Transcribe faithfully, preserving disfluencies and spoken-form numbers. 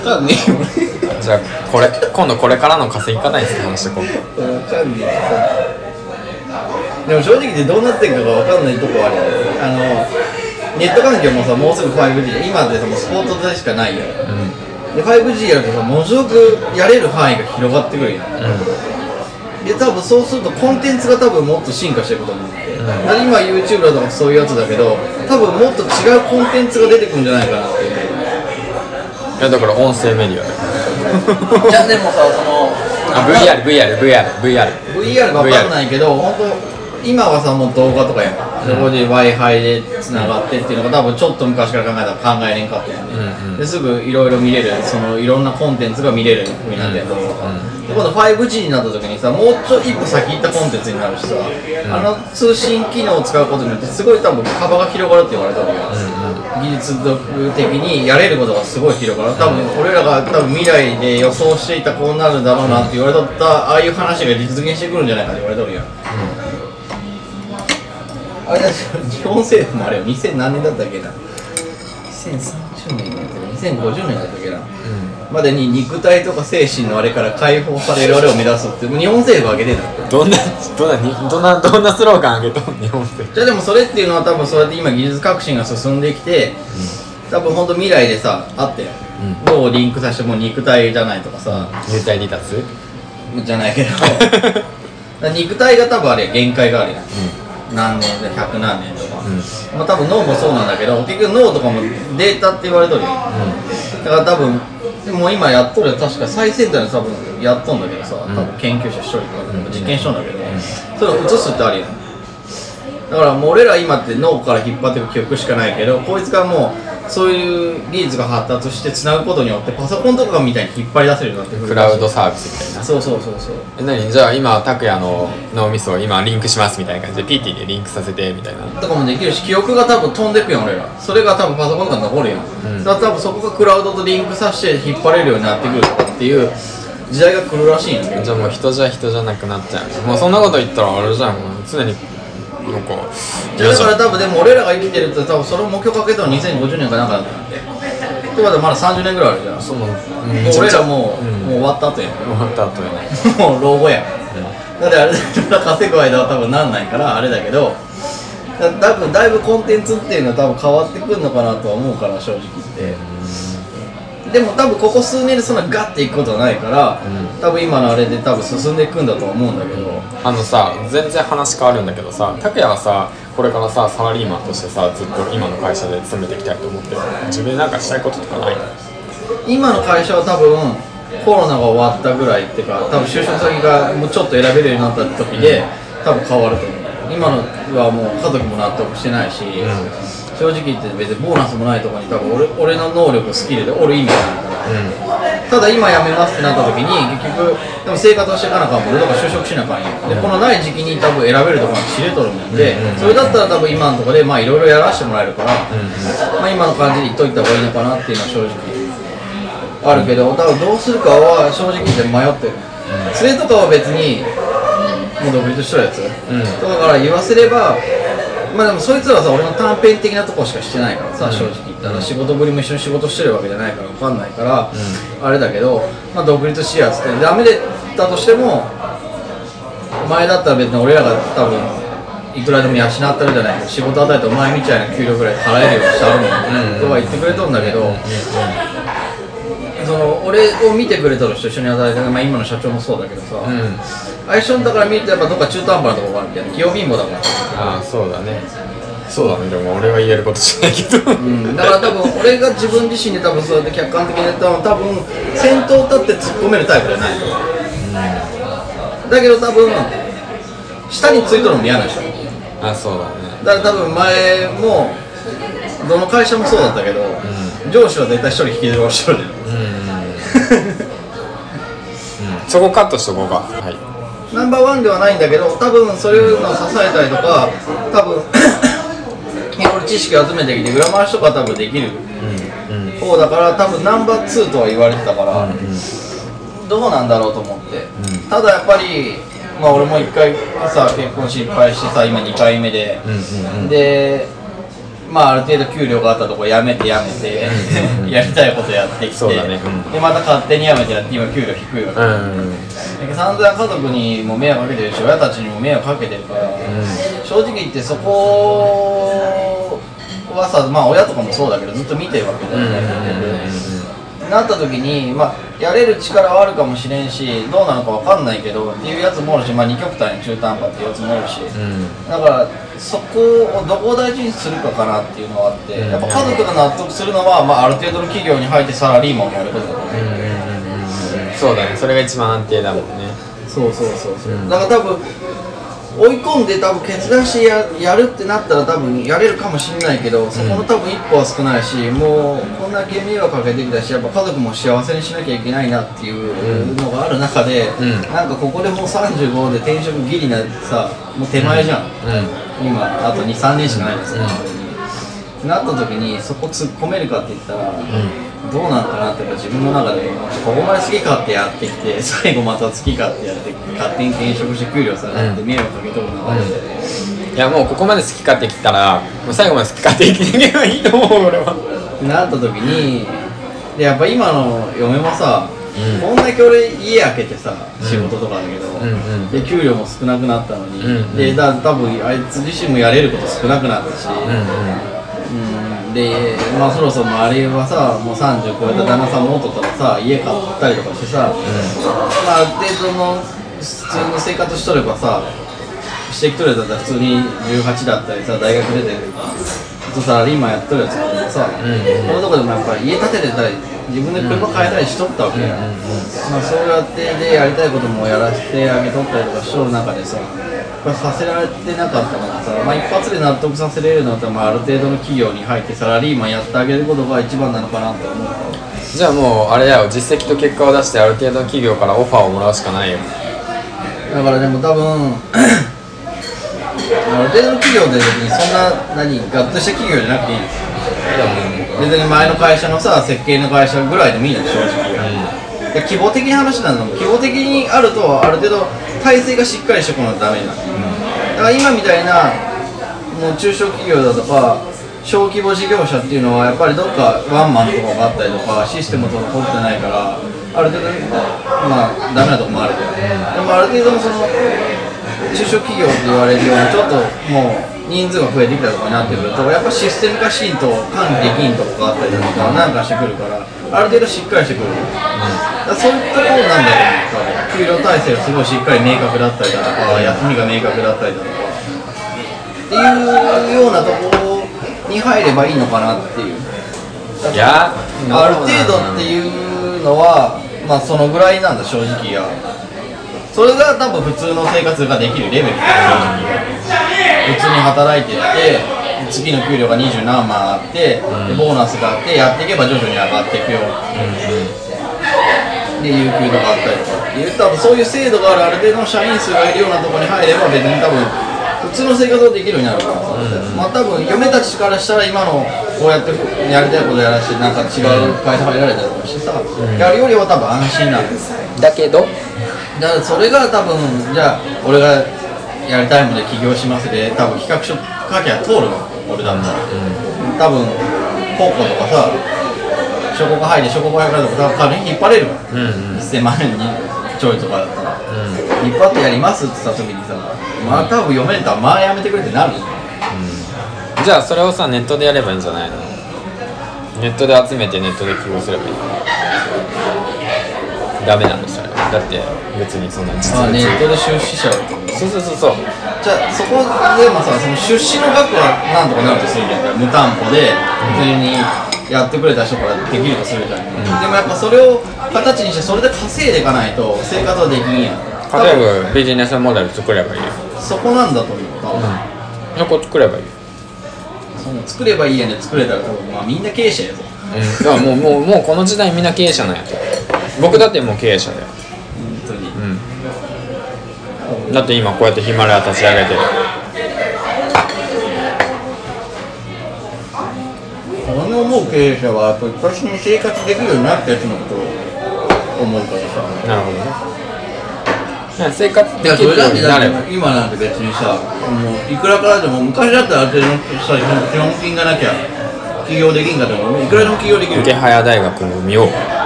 じゃあねじゃあこれ今度これからの稼ぎ方について話していこうか。 チャンネルでも正直でどうなってるかが分かんないとこあるよね。あのネット環境もさ、もうすぐ ファイブジー で今でさもうスポーツでしかないよ、うん、で ファイブジー やるとさものすごくやれる範囲が広がってくるよ、うん、で多分そうするとコンテンツが多分もっと進化していくと思って、うん、だ今 YouTube だとかそういうやつだけど多分もっと違うコンテンツが出てくるんじゃないかなっていう。 いやだから音声メディアでいやでもさそのあ ブイアール、ブイアール、ブイアール、ブイアールブイアール 分かんないけど本当今はさもう動画とかやん、うん、そこで Wi-Fi でつながってっていうのが多分ちょっと昔から考えたら考えれんかったよね、うんうん、ですぐいろいろ見れるそのいろんなコンテンツが見れる風になってやったとか、うん、で今度 ファイブジー になった時にさもうちょ一歩先行ったコンテンツになるしさ、うん、あの通信機能を使うことによってすごい多分幅が広がるって言われたわけよ、うんうん、技術的にやれることがすごい広がる。多分俺らが多分未来で予想していたこうなるだろうなって言われとったああいう話が実現してくるんじゃないかって言われとるやん、うん、あれだし日本政府もあれよにせん何年だったっけなにせんさんじゅうねんだったっけにせんごじゅうねんだったっけな、うん、までに肉体とか精神のあれから解放されるあれを目指すって日本政府が挙げてたどんなどんなどんなどんなスローガン挙げとん日本政府。 じゃあでもそれっていうのは多分そうやって今技術革新が進んできて、うん、多分本当未来でさあって、うん、どうリンクさせても肉体じゃないとかさ肉体離脱じゃないけど肉体が多分あれ限界があるやん、うん、何年でひゃく何年とか、うん、まあ多分脳もそうなんだけど結局脳とかもデータって言われとるよ、うん、だから多分もう今やっとる確か最先端で多分やっとんだけどさ多分研究者一人とか実験しとんだけど、うん、それを移すってあるやん。だからもう俺ら今って脳から引っ張っていく記憶しかないけどこいつがもうそういう技術が発達してつなぐことによってパソコンとかみたいに引っ張り出せるようになってくる。 クラウドサービスみたいな。 そうそうそうそう。 え何じゃあ今拓也の脳みそを今リンクしますみたいな感じで ピーティー でリンクさせてみたいなとかもできるし記憶が多分飛んでくやん俺ら。それが多分パソコンとかに残るやん、うん、だから多分そこがクラウドとリンクさせて引っ張れるようになってくるとかっていう時代が来るらしいんやけど。 じゃあもう人じゃ人じゃなくなっちゃう。もうそんなこと言ったらあれじゃんもう常になんかだから多分でも俺らが生きてるって多分それを目標かけたのにせんごじゅうねんかなんかだったんでってことはまださんじゅうねんぐらいあるじゃん。そう、うん、もう俺らもう、うん、もう終わった後やん。 終わった後やねもう老後やん、うん、だってあれだ稼ぐ間は多分なんないからあれだけどだ多分だいぶコンテンツっていうのは多分変わってくるのかなとは思うから正直言って、うん、でも多分ここ数年でそんなガッていくことはないから、うん、多分今のあれで多分進んでいくんだとは思うんだけど。 あのさ全然話変わるんだけどさ拓也はさこれからさサラリーマンとしてさずっと今の会社で勤めていきたいと思ってる。自分でなんかしたいこととかないの？ 今の会社は多分コロナが終わったぐらいっていうか多分就職先がもうちょっと選べるようになった時で、うん、多分変わると思う。今のはもう家族も納得してないし、うん、正直言って別にボーナスもないところに多分 俺, 俺の能力スキルでおる意味がないから、うん、ただ今辞めますってなった時に結局でも生活をしていかなあかんもん俺とか就職しなあかんよ、うん、でこのない時期に多分選べるところが知れとるもんで、うん、それだったら多分今のところでまあいろいろやらせてもらえるから、うん、まあ今の感じで言っといた方がいいのかなっていうのは正直あるけど、多分どうするかは正直言って迷ってる。それとかは別にもう独立しとるやつ、うん、だから言わせればまあでもそいつはさ俺の短編的なとこしかしてないからさ、うん、正直言ったら仕事ぶりも一緒に仕事してるわけじゃないから分かんないから、うん、あれだけど、まあ、独立しやつってダメだとしても前だったら別に俺らが多分いくらでも養ったるじゃないけど仕事与えてお前みたいな給料ぐらい払えるようにしてあるもん、うん、とは言ってくれとんだけど、うんうん、その俺を見てくれた人と一緒に働いてる、まあ、今の社長もそうだけどさ、うん、相性だから見るとやっぱどっか中途半端なところがあるみたいな器用貧乏だからああそうだねそうだねでも俺は言えることじゃないけど、 うん、だから多分俺が自分自身で多分そうやって客観的にやったのは多分先頭立って突っ込めるタイプじゃない、うん、だけど多分下についとるのも嫌な人あそうだねだから多分前もどの会社もそうだったけど、うん、上司は絶対一人引きずり下しとるじゃん、 うんうん、そこカットしとこうか、はい、 ナンバーワンではないんだけど多分それを支えたりとか多分いろいろ知識を集めてきて裏回しとか多分できる方だから多分ナンバーツーとは言われてたから、うんうん、どうなんだろうと思って、うん、ただやっぱりまあ俺も一回さ結婚失敗してさ今にかいめで、うんうんうん、でまあある程度給料があったところ辞めて辞めてやりたいことやってきて、 そうだね、うん、 でまた勝手に辞めてやって今給料低いわけ、うんうん、散々家族にも迷惑かけてるし親たちにも迷惑かけてるから、うん、正直言ってそこはさ、まあ親とかもそうだけどずっと見てるわけだよね、なった時に、まあ、やれる力はあるかもしれんしどうなのかわかんないけどっていうやつもおるし、まあ、二極端に中途半端っていうやつもおるし、うん、だからそこをどこを大事にするかかなっていうのはあって、うん、やっぱ家族が納得するのは、まあ、ある程度の企業に入ってサラリーマンをやることだと思う、うんうんうん、 そうだね、それが一番安定だもんね。 そうそうそうそう、うん、だから多分追い込んで多分決断して や, やるってなったら多分やれるかもしれないけど、そこの多分一歩は少ないし、もうこんだけ迷惑かけてきたしやっぱ家族も幸せにしなきゃいけないなっていうのがある中で、うん、なんかここでもうさんじゅうごで転職ギリなさもう手前じゃん、うん、今あと にさんねんしかないですよ、うん、なった時にそこ突っ込めるかって言ったら、うん、どうなのかなってやっぱ自分の中でここまで好き勝手やってきて最後また好き勝手やって勝手に転職して給料下がって迷惑かけとる中で、 うん、いやもうここまで好き勝手きたらもう最後まで好き勝手生きていけばいいと思う俺は。 なった時にでやっぱ今の嫁もさ、うん、こんだけ俺家開けてさ仕事とかだけど、うんうんうん、で給料も少なくなったのに、うんうん、でだ多分あいつ自身もやれること少なくなったし、うんうんうん、でまあそろそろ周りはさもうさんじゅう超えた旦那さんもおっとったらさ家買ったりとかしてさ、うん、まあある程度の普通の生活しとればさしてきとれたら普通にじゅうはちだったりさ大学出てるサラリーマンやっとるやつとかもさ、うんうん、このとこでもやっぱり家建ててたり自分で車買えたりしとったわけや、うんうんうん、まあそうやってでやりたいこともやらせてあげとったりとかしとる中でさやっぱさせられてなかったからさ、まあ、一発で納得させれるのって、まあ、ある程度の企業に入ってサラリーマンやってあげることが一番なのかなと思う。 じゃあもうあれだよ、実績と結果を出してある程度の企業からオファーをもらうしかないよ。 だからでも多分ある程度の企業で別にそんな何ガッとした企業じゃなくていいんですよ。別に前の会社のさ設計の会社ぐらいでもいいの正直、うん、で希望的な話なんだもん。希望的にあるとある程度体制がしっかりしてこないとダメなの、うん、だから今みたいなもう中小企業だとか小規模事業者っていうのはやっぱりどっかワンマンとかがあったりとかシステムとか取ってないからある程度まあダメなとこもあるけど、でもある程度のその中小企業って言われるようなちょっともう人数が増えてきたとかになってくるとやっぱシステム化しんと管理できんとこがあったりだとかなんかしてくるからある程度しっかりしてくる、うん、だそういったところなんだと思う。給料体制がすごいしっかり明確だったりだとか休みが明確だったりだとかっていうようなところに入ればいいのかなっていう。 いやある程度っていうのはまあそのぐらいなんだ正直や。それが多分普通の生活ができるレベルだ正直普通に働いてって次の給料が二十何万あって、うん、でボーナスがあってやっていけば徐々に上がっていくよ、うんうん、で有給とかあったりとかっていう多分そういう制度があるある程度の社員数がいるようなところに入れば別に多分普通の生活ができるようになるからさ、うんうん、まあ多分嫁たちからしたら今のこうやってやりたいことやらしてなんか違う会社入られたりとかしてさ、うん、やるよりは多分安心なんですだけどだからそれが多分じゃあ俺がやりたいもので起業しますで多分企画書書きゃ通るの俺だったら、うん、多分高校とかさ商工が入って商工が入るとか多分引っ張れるわ、うんうん、せんまんえんにちょいとかだったら、うん、引っ張ってやりますって言った時にさまあ多分読めんとまあやめてくれってなる、うん、 じゃあそれをさネットでやればいいんじゃないの。ネットで集めてネットで起業すればいい。ダメなのそれだって別にそんな実物ネットで出資者をそうそうそうそうじゃあそこでもさその出資の額はなんとかなるとするじゃん無担保で普通にやってくれた人からできるとするじゃん、うん、でもやっぱそれを形にしてそれで稼いでいかないと生活はできんやん。 稼ぐビジネスモデル作ればいいよ。 そこなんだと思う多分、 うん、そこ作ればいいよ。 その作ればいいやね作れたら多分まあみんな経営者やぞ、 うん、だからもうもうもうこの時代みんな経営者なんやと。僕だってもう経営者だよ本当に、 うん、だって今こうやってヒマラヤ立ち上げてる。 俺の思う経営者はやっぱり私に生活できるようになったやつのことを思うからさ。 なるほどね。 生活いやそできるようれだってだっになればて今なんて別にさもういくらからでも昔だったらある程度のさ資本金がなきゃ起業できんかったらいくらでも起業できる池早大学の海を